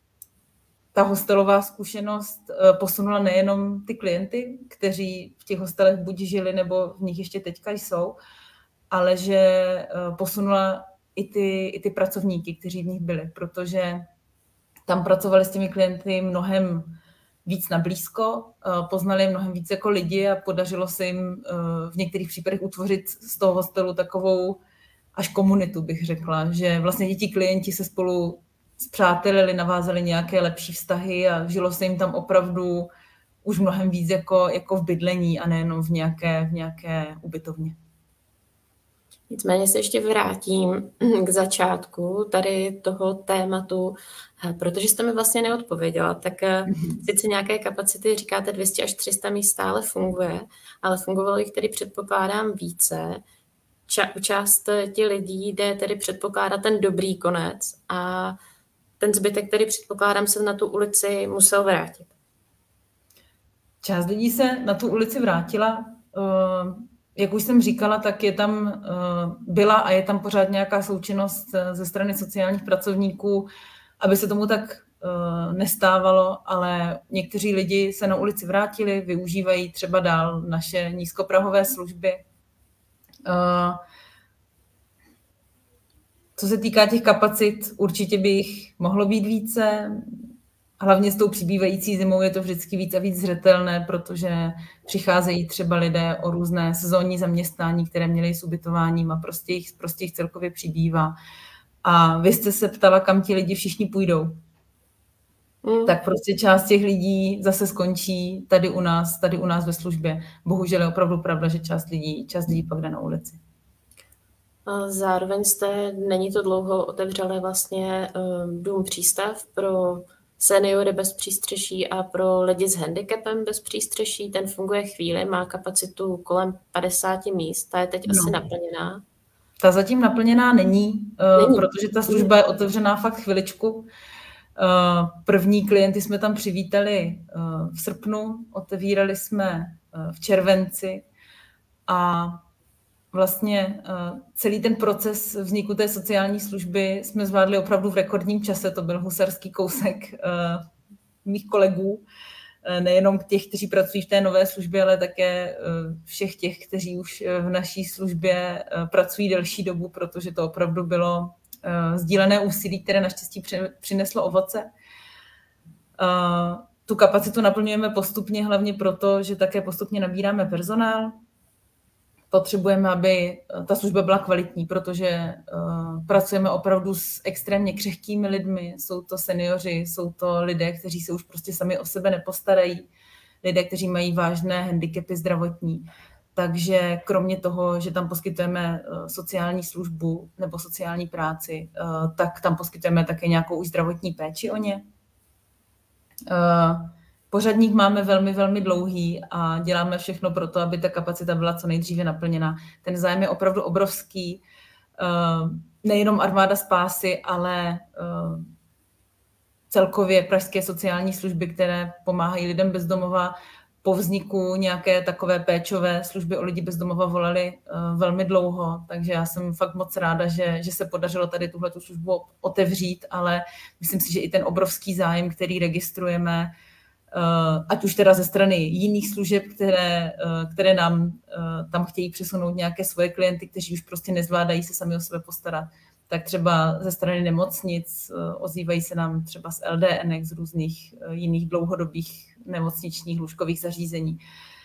ta hostelová zkušenost posunula nejenom ty klienty, kteří v těch hostelech buď žili, nebo v nich ještě teďka jsou, ale že posunula i ty, i ty pracovníky, kteří v nich byli, protože tam pracovali s těmi klienty mnohem víc nablízko, poznali mnohem víc jako lidi a podařilo se jim v některých případech utvořit z toho hostelu takovou až komunitu, bych řekla, že vlastně ti klienti se spolu spřátelili, navázali nějaké lepší vztahy a žilo se jim tam opravdu už mnohem víc jako, jako v bydlení a nejenom v nějaké, v nějaké ubytovně. Nicméně se ještě vrátím k začátku tady toho tématu, protože jste mi vlastně neodpověděla, tak mm-hmm. sice nějaké kapacity, říkáte dvě stě až tři sta míst stále funguje, ale fungovalo jich tedy předpokládám více. Ča- část těch lidí jde tedy předpokládat ten dobrý konec a ten zbytek, který předpokládám, se na tu ulici musel vrátit. Část lidí se na tu ulici vrátila. Jak už jsem říkala, tak je tam, byla a je tam pořád nějaká součinnost ze strany sociálních pracovníků, aby se tomu tak nestávalo, ale někteří lidi se na ulici vrátili, využívají třeba dál naše nízkoprahové služby. Co se týká těch kapacit, určitě by jich mohlo být více. Hlavně s tou přibývající zimou je to vždycky víc a víc zřetelné, protože přicházejí třeba lidé o různé sezónní zaměstnání, které měly s ubytováním a prostě jich, prostě jich celkově přibývá. A vy jste se ptala, kam ti lidi všichni půjdou. Mm. Tak prostě část těch lidí zase skončí tady u nás, tady u nás ve službě. Bohužel je opravdu pravda, že část lidí, část lidí pak jde na ulici. Zároveň jste, není to dlouho, otevřeli vlastně dům přístav pro seniory bez přístřeší a pro lidi s handicapem bez přístřeší. Ten funguje chvíli, má kapacitu kolem padesát míst, ta je teď no. asi naplněná. Ta zatím naplněná není, není, protože ta služba je otevřená fakt chviličku. První klienty jsme tam přivítali v srpnu, otevírali jsme v červenci a vlastně celý ten proces vzniku té sociální služby jsme zvládli opravdu v rekordním čase. To byl husarský kousek mých kolegů, nejenom těch, kteří pracují v té nové službě, ale také všech těch, kteří už v naší službě pracují delší dobu, protože to opravdu bylo sdílené úsilí, které naštěstí přineslo ovoce. Tu kapacitu naplňujeme postupně, hlavně proto, že také postupně nabíráme personál. Potřebujeme, aby ta služba byla kvalitní, protože uh, pracujeme opravdu s extrémně křehkými lidmi. Jsou to seniori, jsou to lidé, kteří se už prostě sami o sebe nepostarají, lidé, kteří mají vážné handicapy zdravotní. Takže kromě toho, že tam poskytujeme uh, sociální službu nebo sociální práci, uh, tak tam poskytujeme také nějakou už zdravotní péči o ně. Uh, Pořadník máme velmi, velmi dlouhý a děláme všechno pro to, aby ta kapacita byla co nejdříve naplněna. Ten zájem je opravdu obrovský. Nejenom Armáda spásy, ale celkově pražské sociální služby, které pomáhají lidem bez domova, po vzniku nějaké takové péčové služby o lidi bez domova volali velmi dlouho, takže já jsem fakt moc ráda, že, že se podařilo tady tuhletu službu otevřít, ale myslím si, že i ten obrovský zájem, který registrujeme, ať už teda ze strany jiných služeb, které, které nám tam chtějí přesunout nějaké svoje klienty, kteří už prostě nezvládají se sami o sebe postarat, tak třeba ze strany nemocnic, ozývají se nám třeba z L D N, z různých jiných dlouhodobých nemocničních lůžkových zařízení.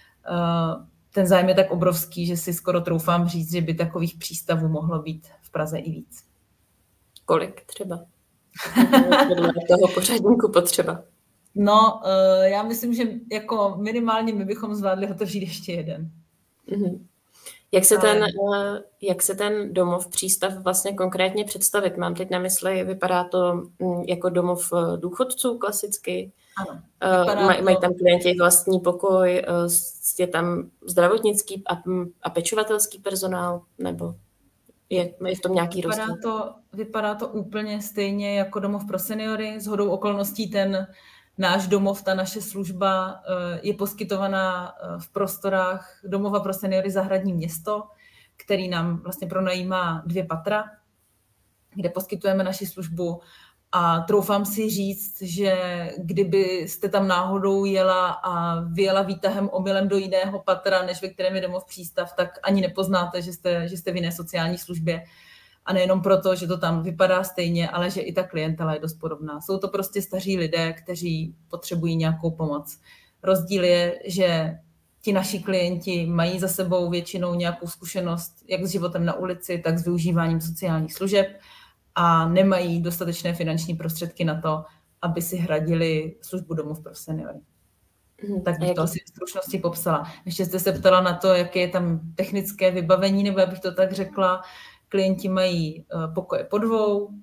Ten zájem je tak obrovský, že si skoro troufám říct, že by takových přístavů mohlo být v Praze i víc. Kolik třeba? Podle toho pořadníku potřeba. No, já myslím, že jako minimálně my bychom zvládli otevřít ještě jeden. Mm-hmm. Jak se, ten, jak se ten domov, přístav vlastně konkrétně představit? Mám teď na mysli, vypadá to jako domov důchodců klasicky. Ano. Maj, mají tam klienti vlastní pokoj, je tam zdravotnický a, a pečovatelský personál, nebo je, je v tom nějaký vypadá rozdíl? To, vypadá to úplně stejně jako domov pro seniory. Shodou okolností ten náš domov, ta naše služba je poskytovaná v prostorách domova pro seniory Zahradní Město, který nám vlastně pronajímá dvě patra, kde poskytujeme naši službu. A troufám si říct, že kdybyste tam náhodou jela a vyjela výtahem omylem do jiného patra, než ve kterém je domov přístav, tak ani nepoznáte, že jste, že jste v jiné sociální službě. A nejenom proto, že to tam vypadá stejně, ale že i ta klientela je dost podobná. Jsou to prostě staří lidé, kteří potřebují nějakou pomoc. Rozdíl je, že ti naši klienti mají za sebou většinou nějakou zkušenost jak s životem na ulici, tak s využíváním sociálních služeb a nemají dostatečné finanční prostředky na to, aby si hradili službu domov pro seniory. Mm, tak bych to asi v stručnosti popsala. Ještě jste se ptala na to, jaké je tam technické vybavení, nebo já bych to tak řekla. Klienti mají uh, pokoje po dvou, uh,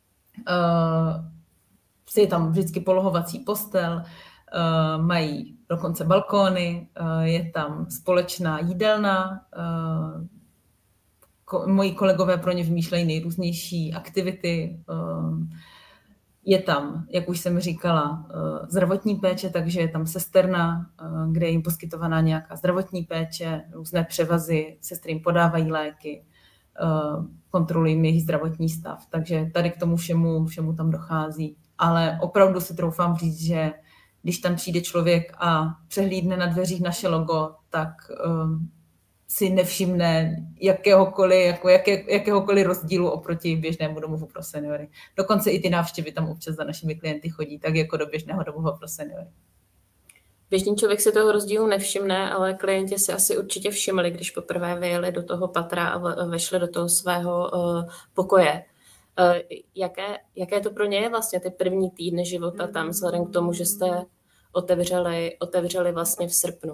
je tam vždycky polohovací postel, uh, mají dokonce balkóny, uh, je tam společná jídelna, uh, ko- moji kolegové pro ně vymýšlejí nejrůznější aktivity, uh, je tam, jak už jsem říkala, uh, zdravotní péče, takže je tam sesterna, uh, kde je jim poskytovaná nějaká zdravotní péče, různé převazy, sestry jim podávají léky, kontrolují jejich zdravotní stav. Takže tady k tomu všemu, všemu tam dochází. Ale opravdu si troufám říct, že když tam přijde člověk a přehlídne na dveřích naše logo, tak um, si nevšimne jakéhokoliv, jako jaké, jakéhokoliv rozdílu oproti běžnému domovu pro seniory. Dokonce i ty návštěvy tam občas za našimi klienty chodí, tak jako do běžného domova pro seniory. Běžný člověk si toho rozdílu nevšimne, ale klienti si asi určitě všimli, když poprvé vyjeli do toho patra a vešli do toho svého uh, pokoje. Uh, jaké, jaké to pro ně je vlastně ty první týdny života tam, vzhledem k tomu, že jste otevřeli, otevřeli vlastně v srpnu?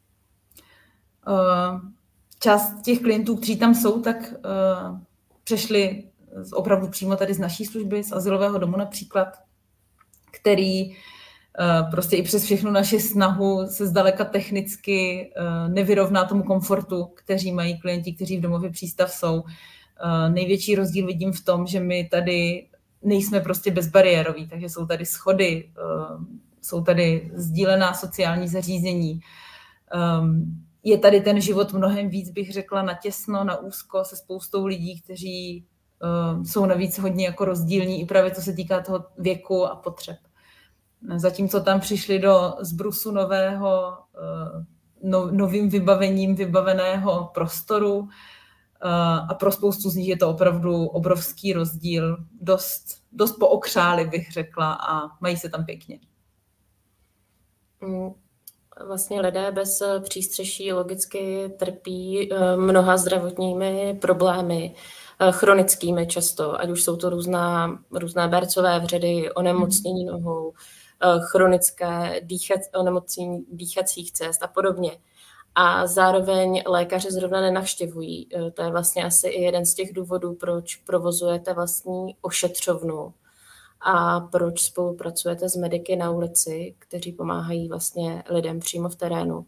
Uh, část těch klientů, kteří tam jsou, tak uh, přešli opravdu přímo tady z naší služby, z azylového domu například, který prostě i přes všechnu naši snahu se zdaleka technicky nevyrovná tomu komfortu, kteří mají klienti, kteří v domově přístav jsou. Největší rozdíl vidím v tom, že my tady nejsme prostě bezbariéroví, takže jsou tady schody, jsou tady sdílená sociální zařízení. Je tady ten život mnohem víc, bych řekla, natěsno, na úzko se spoustou lidí, kteří jsou navíc hodně jako rozdílní i právě co se týká toho věku a potřeb. Zatímco tam přišli do zbrusu nového, no, novým vybavením vybaveného prostoru a pro spoustu z nich je to opravdu obrovský rozdíl, dost, dost pookřáli, bych řekla, a mají se tam pěkně. Vlastně lidé bez přístřeší logicky trpí mnoha zdravotními problémy, chronickými často, ať už jsou to různá, různé bercové vředy, onemocnění nohou, chronické dýchat, onemocnění dýchacích cest a podobně. A zároveň lékaři zrovna nenavštěvují. To je vlastně asi i jeden z těch důvodů, proč provozujete vlastní ošetřovnu a proč spolupracujete s mediky na ulici, kteří pomáhají vlastně lidem přímo v terénu.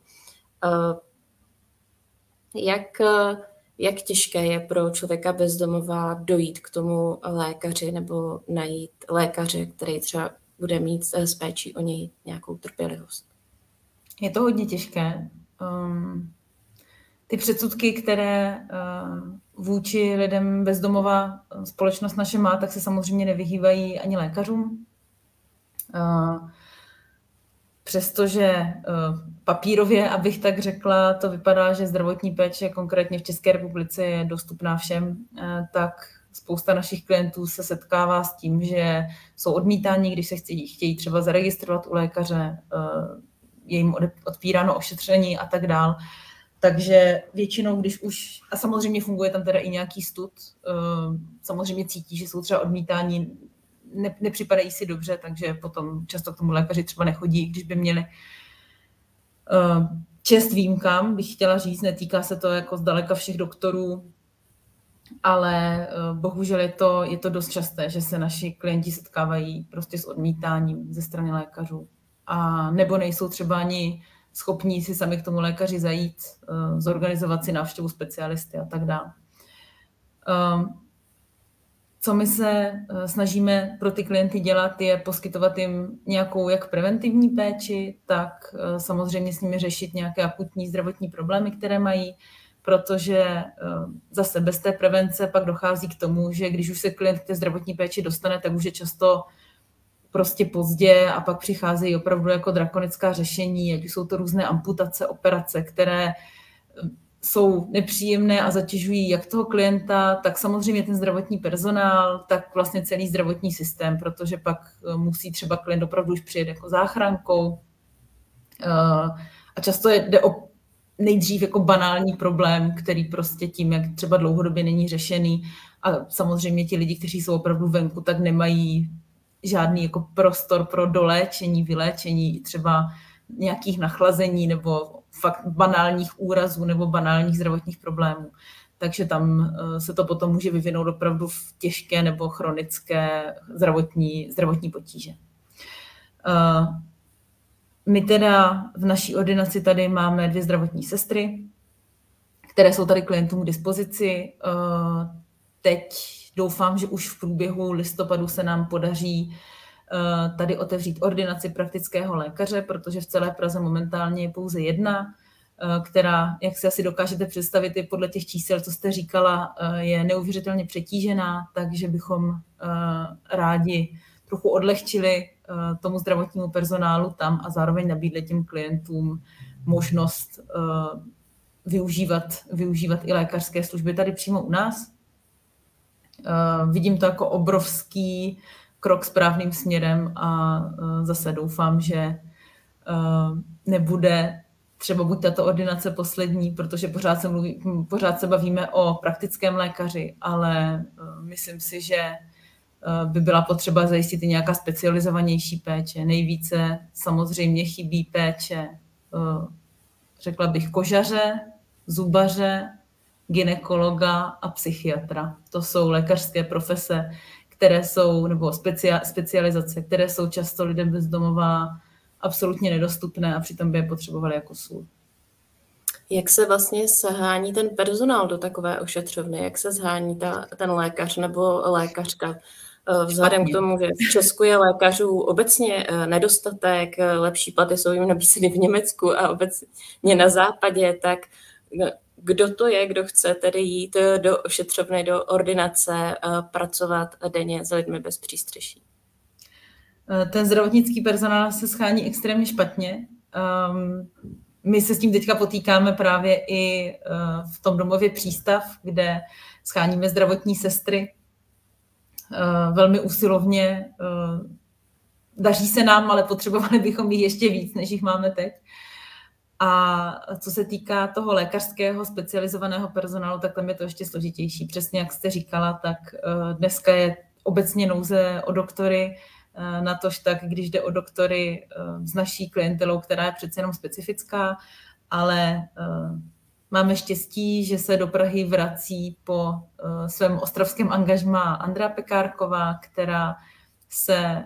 Jak, jak těžké je pro člověka bezdomova dojít k tomu lékaři nebo najít lékaře, který třeba bude mít s péčí o něj nějakou trpělivost? Je to hodně těžké. Um, ty předsudky, které uh, vůči lidem bezdomova společnost naše má, tak se samozřejmě nevyhýbají ani lékařům. Uh, přestože uh, papírově, abych tak řekla, to vypadá, že zdravotní péče konkrétně v České republice je dostupná všem, uh, tak spousta našich klientů se setkává s tím, že jsou odmítáni, když se chtějí, chtějí třeba zaregistrovat u lékaře, uh, je jim odpíráno ošetření a tak dál. Takže většinou, když už, a samozřejmě funguje tam teda i nějaký stud, samozřejmě cítí, že jsou třeba odmítáni, ne, nepřipadají si dobře, takže potom často k tomu lékaři třeba nechodí, když by měli. Čest výjimkám, bych chtěla říct, netýká se to jako zdaleka všech doktorů, ale bohužel je to, je to dost časté, že se naši klienti setkávají prostě s odmítáním ze strany lékařů. A nebo nejsou třeba ani schopní si sami k tomu lékaři zajít, zorganizovat si návštěvu specialisty a tak dále. Co my se snažíme pro ty klienty dělat, je poskytovat jim nějakou jak preventivní péči, tak samozřejmě s nimi řešit nějaké akutní zdravotní problémy, které mají, protože zase bez té prevence pak dochází k tomu, že když už se klient k té zdravotní péči dostane, tak už je často prostě pozdě a pak přicházejí opravdu jako drakonická řešení, ať už jsou to různé amputace, operace, které jsou nepříjemné a zatěžují jak toho klienta, tak samozřejmě ten zdravotní personál, tak vlastně celý zdravotní systém, protože pak musí třeba klient opravdu už přijet jako záchrankou a často jde o nejdřív jako banální problém, který prostě tím, jak třeba dlouhodobě není řešený a samozřejmě ti lidi, kteří jsou opravdu venku, tak nemají žádný jako prostor pro doléčení, vyléčení, třeba nějakých nachlazení nebo fakt banálních úrazů nebo banálních zdravotních problémů. Takže tam se to potom může vyvinout opravdu v těžké nebo chronické zdravotní, zdravotní potíže. My teda v naší ordinaci tady máme dvě zdravotní sestry, které jsou tady klientům k dispozici. Teď doufám, že už v průběhu listopadu se nám podaří tady otevřít ordinaci praktického lékaře, protože v celé Praze momentálně je pouze jedna, která, jak si asi dokážete představit, je podle těch čísel, co jste říkala, je neuvěřitelně přetížená, takže bychom rádi trochu odlehčili tomu zdravotnímu personálu tam a zároveň nabídli těm klientům možnost využívat, využívat i lékařské služby tady přímo u nás. Vidím to jako obrovský krok správným směrem a zase doufám, že nebude třeba buď tato ordinace poslední, protože pořád se, mluví, pořád se bavíme o praktickém lékaři, ale myslím si, že by byla potřeba zajistit i nějaká specializovanější péče. Nejvíce samozřejmě chybí péče, řekla bych, kožaře, zubaře, gynekologa a psychiatra. To jsou lékařské profese, které jsou, nebo specia, specializace, které jsou často lidem bezdomová absolutně nedostupné a přitom by je potřebovali jako sůl. Jak se vlastně shání ten personál do takové ošetřovny? Jak se shání ta, ten lékař nebo lékařka? Vzhledem k tomu, že v Česku je lékařů obecně nedostatek, lepší platy jsou jim nabízeny v Německu a obecně na západě, tak kdo to je, kdo chce tedy jít do ošetřovny, do ordinace, pracovat denně s lidmi bez přístřeší? Ten zdravotnický personál se schání extrémně špatně. My se s tím teďka potýkáme právě i v tom domově Přístav, kde scháníme zdravotní sestry velmi usilovně. Daří se nám, ale potřebovali bychom jich ještě víc, než jich máme teď. A co se týká toho lékařského specializovaného personálu, tak tam je to ještě složitější. Přesně jak jste říkala, tak dneska je obecně nouze o doktory, natož tak, když jde o doktory s naší klientelou, která je přece jenom specifická, ale máme štěstí, že se do Prahy vrací po svém ostravském angažmá Andrea Pekárková, která se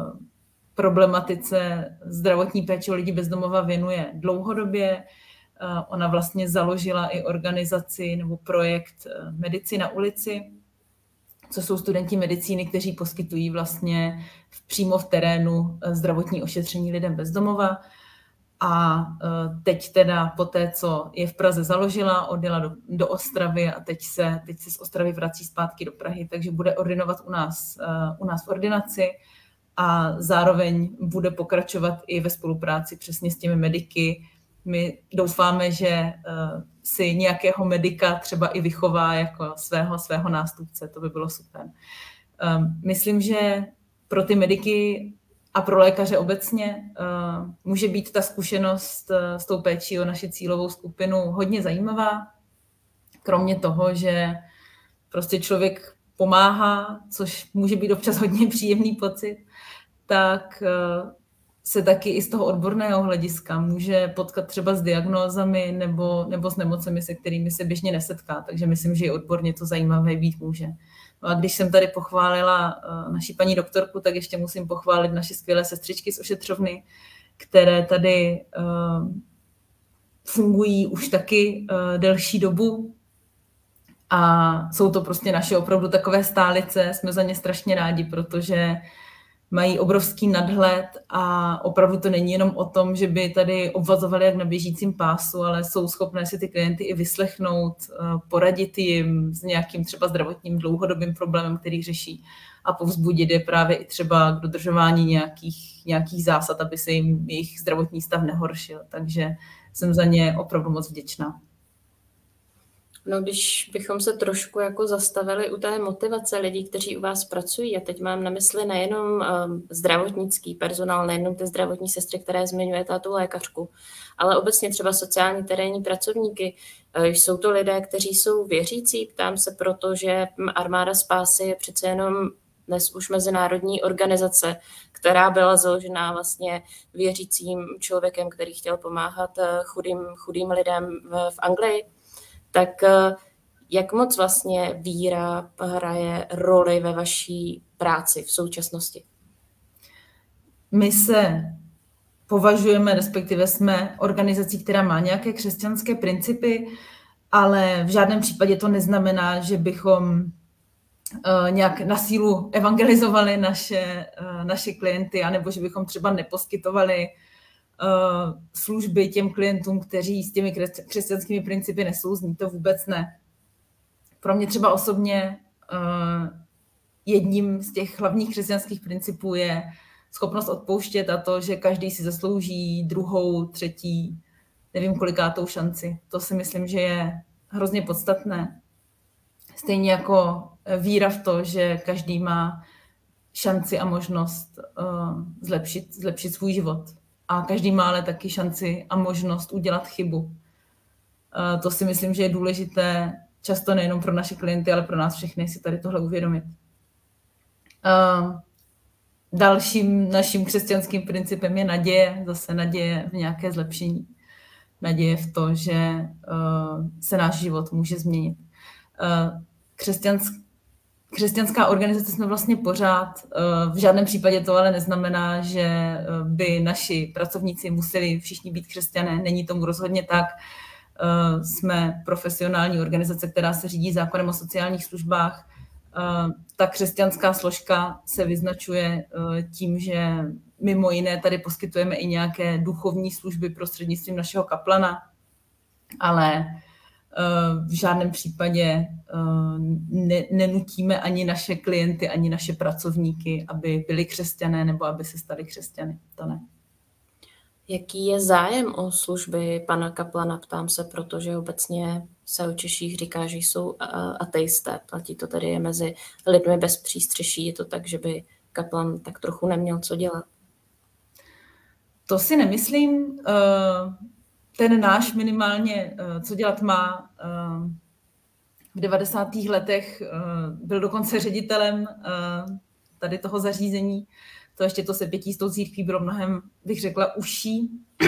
problematice zdravotní péče o lidi bezdomova věnuje dlouhodobě. Ona vlastně založila i organizaci nebo projekt Medici na ulici, co jsou studenti medicíny, kteří poskytují vlastně přímo v terénu zdravotní ošetření lidem bezdomova. A teď teda po té, co je v Praze založila, odjela do, do Ostravy a teď se, teď se z Ostravy vrací zpátky do Prahy, takže bude ordinovat u nás, u nás v ordinaci a zároveň bude pokračovat i ve spolupráci přesně s těmi mediky. My doufáme, že si nějakého medika třeba i vychová jako svého, svého nástupce, to by bylo super. Myslím, že pro ty mediky a pro lékaře obecně uh, může být ta zkušenost uh, s tou péčí o naši cílovou skupinu hodně zajímavá. Kromě toho, že prostě člověk pomáhá, což může být občas hodně příjemný pocit, tak uh, se taky i z toho odborného hlediska může potkat třeba s diagnózami nebo, nebo s nemocemi, se kterými se běžně nesetká. Takže myslím, že i odborně to zajímavé být může. No a když jsem tady pochválila uh, naši paní doktorku, tak ještě musím pochválit naše skvělé sestřičky z ošetřovny, které tady uh, fungují už taky uh, delší dobu a jsou to prostě naše opravdu takové stálice. Jsme za ně strašně rádi, protože mají obrovský nadhled a opravdu to není jenom o tom, že by tady obvazovali jak na běžícím pásu, ale jsou schopné si ty klienty i vyslechnout, poradit jim s nějakým třeba zdravotním dlouhodobým problémem, který řeší a povzbudit je právě i třeba k dodržování nějakých, nějakých zásad, aby se jim jejich zdravotní stav nehoršil. Takže jsem za ně opravdu moc vděčná. No, když bychom se trošku jako zastavili u té motivace lidí, kteří u vás pracují, a teď mám na mysli nejenom um, zdravotnický personál, nejenom ty zdravotní sestry, které zmiňujete, a tu lékařku, ale obecně třeba sociální terénní pracovníky. Uh, jsou to lidé, kteří jsou věřící, ptám se proto, že Armáda spásy je přece jenom dnes už mezinárodní organizace, která byla založená vlastně věřícím člověkem, který chtěl pomáhat chudým, chudým lidem v, v Anglii. Tak jak moc vlastně víra hraje roli ve vaší práci v současnosti? My se považujeme, respektive jsme organizací, která má nějaké křesťanské principy, ale v žádném případě to neznamená, že bychom nějak na sílu evangelizovali naše, naše klienty, anebo že bychom třeba neposkytovali služby těm klientům, kteří s těmi křesťanskými principy nesouzní. To vůbec ne. Pro mě třeba osobně jedním z těch hlavních křesťanských principů je schopnost odpouštět a to, že každý si zaslouží druhou, třetí, nevím kolikátou šanci. To si myslím, že je hrozně podstatné. Stejně jako víra v to, že každý má šanci a možnost zlepšit, zlepšit svůj život. A každý má ale taky šanci a možnost udělat chybu. To si myslím, že je důležité často nejenom pro naše klienty, ale pro nás všechny si tady tohle uvědomit. Dalším naším křesťanským principem je naděje, zase naděje v nějaké zlepšení. Naděje v to, že se náš život může změnit. Křesťanský Křesťanská organizace jsme vlastně pořád. V žádném případě to ale neznamená, že by naši pracovníci museli všichni být křesťané. Není tomu rozhodně tak. Jsme profesionální organizace, která se řídí zákonem o sociálních službách. Ta křesťanská složka se vyznačuje tím, že mimo jiné tady poskytujeme i nějaké duchovní služby prostřednictvím našeho kaplana, ale v žádném případě ne, nenutíme ani naše klienty, ani naše pracovníky, aby byli křesťané nebo aby se stali křesťany. To ne. Jaký je zájem o služby pana kaplana? Ptám se, protože obecně se o Češích říká, že jsou ateisté. Platí to tedy mezi lidmi bez přístřeší. Je to tak, že by kaplan tak trochu neměl co dělat? To si nemyslím. Ten náš minimálně, co dělat má, v devadesátých letech byl dokonce ředitelem tady toho zařízení. To ještě to sepětí s tou církví bylo mnohem, bych řekla, užší.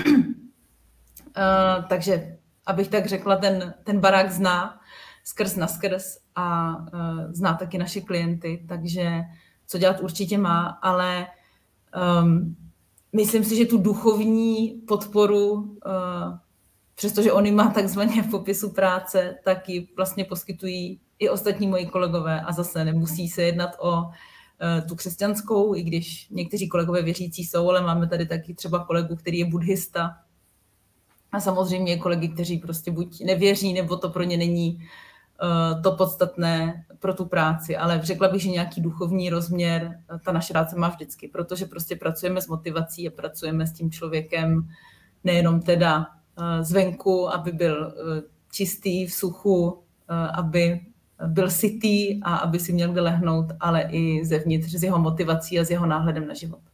Takže, abych tak řekla, ten, ten barák zná skrz na skrz a zná taky naše klienty, takže co dělat určitě má, ale um, myslím si, že tu duchovní podporu, přestože on ji má takzvaně v popisu práce, tak ji vlastně poskytují i ostatní moji kolegové a zase nemusí se jednat o tu křesťanskou, i když někteří kolegové věřící jsou, ale máme tady taky třeba kolegu, který je buddhista A samozřejmě kolegy, kteří prostě buď nevěří, nebo to pro ně není uh, to podstatné pro tu práci. Ale řekla bych, že nějaký duchovní rozměr ta naše práce má vždycky, protože prostě pracujeme s motivací a pracujeme s tím člověkem nejenom teda uh, zvenku, aby byl uh, čistý v suchu, uh, aby byl sytý a aby si měl kde lehnout, ale i zevnitř s jeho motivací a s jeho náhledem na život.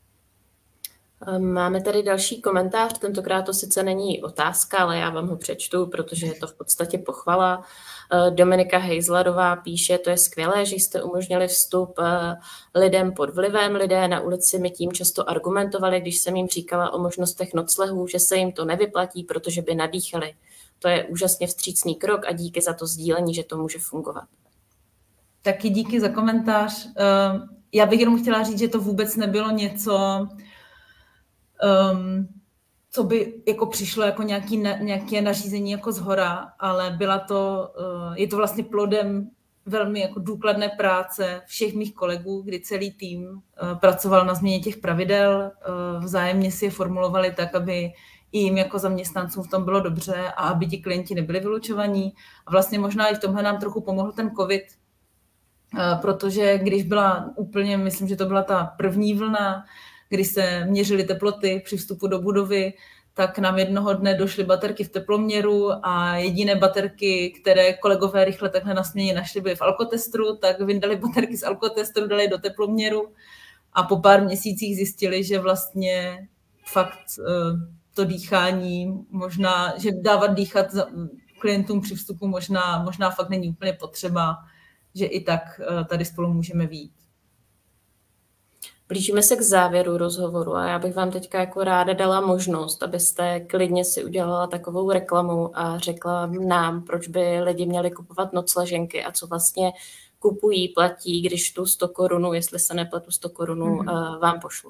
Máme tady další komentář, tentokrát to sice není otázka, ale já vám ho přečtu, protože je to v podstatě pochvala. Dominika Hejzlerová píše, to je skvělé, že jste umožnili vstup lidem pod vlivem. Lidé na ulici mi tím často argumentovali, když jsem jim říkala o možnostech noclehů, že se jim to nevyplatí, protože by nadýchali. To je úžasně vstřícný krok a díky za to sdílení, že to může fungovat. Taky díky za komentář. Já bych jenom chtěla říct, že to vůbec nebylo něco, Um, co by jako přišlo jako nějaký, nějaké nařízení jako zhora, ale byla to, uh, je to vlastně plodem velmi jako důkladné práce všech mých kolegů, kdy celý tým uh, pracoval na změně těch pravidel, uh, vzájemně si je formulovali tak, aby i jim jako zaměstnancům v tom bylo dobře a aby ti klienti nebyli vylučovaní. A vlastně možná i v tomhle nám trochu pomohl ten covid, uh, protože když byla úplně, myslím, že to byla ta první vlna, kdy se měřily teploty při vstupu do budovy, tak nám jednoho dne došly baterky v teploměru a jediné baterky, které kolegové rychle takhle na směně našli, byly v alkotestru, tak vyndali baterky z alkotestru, dali do teploměru a po pár měsících zjistili, že vlastně fakt to dýchání, možná, že dávat dýchat klientům při vstupu možná, možná fakt není úplně potřeba, že i tak tady spolu můžeme vyjít. Blížíme se k závěru rozhovoru a já bych vám teďka jako ráda dala možnost, abyste klidně si udělala takovou reklamu a řekla nám, proč by lidi měli kupovat nocleženky a co vlastně kupují, platí, když tu sto korunů, jestli se nepletu sto korunů, mm-hmm. vám pošlu.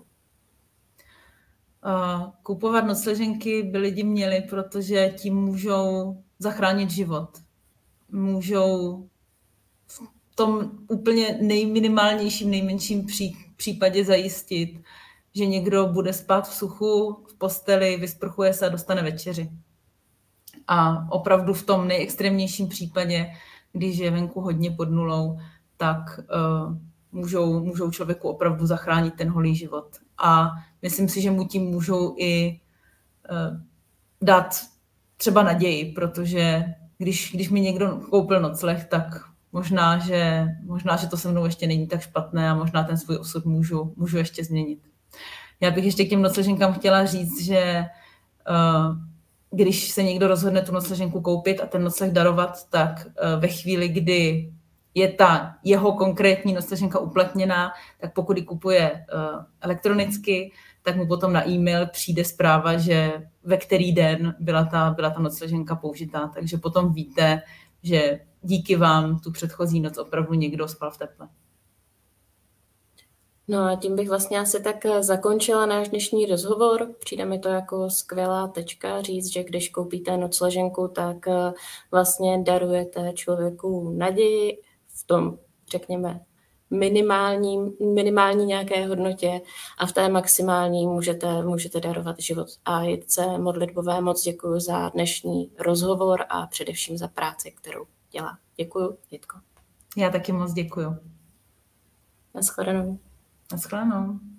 Uh, kupovat nocleženky by lidi měli, protože tím můžou zachránit život. Můžou v tom úplně nejminimálnějším, nejmenším pří, případě zajistit, že někdo bude spát v suchu, v posteli, vysprchuje se a dostane večeři. A opravdu v tom nejextrémnějším případě, když je venku hodně pod nulou, tak uh, můžou, můžou člověku opravdu zachránit ten holý život. A myslím si, že mu tím můžou i uh, dát třeba naději, protože když, když mi někdo koupil nocleh, tak Možná že, možná, že to se mnou ještě není tak špatné a možná ten svůj osud můžu, můžu ještě změnit. Já bych ještě k těm nocleženkám chtěla říct, že uh, když se někdo rozhodne tu nocleženku koupit a ten nocleh darovat, tak uh, ve chvíli, kdy je ta jeho konkrétní nocleženka uplatněná, tak pokud ji kupuje uh, elektronicky, tak mu potom na e-mail přijde zpráva, že ve který den byla ta, byla ta nocleženka použitá. Takže potom víte, že díky vám tu předchozí noc opravdu někdo spal v teple. No a tím bych vlastně asi tak zakončila náš dnešní rozhovor. Přijde mi to jako skvělá tečka říct, že když koupíte nocleženku, tak vlastně darujete člověku naději v tom, řekněme, minimální, minimální nějaké hodnotě a v té maximální můžete, můžete darovat život. A Jitce Modlitbové moc děkuji za dnešní rozhovor a především za práci, kterou dělá. Děkuji, Jitko. Já taky moc děkuji. Naschledanou. Naschledanou.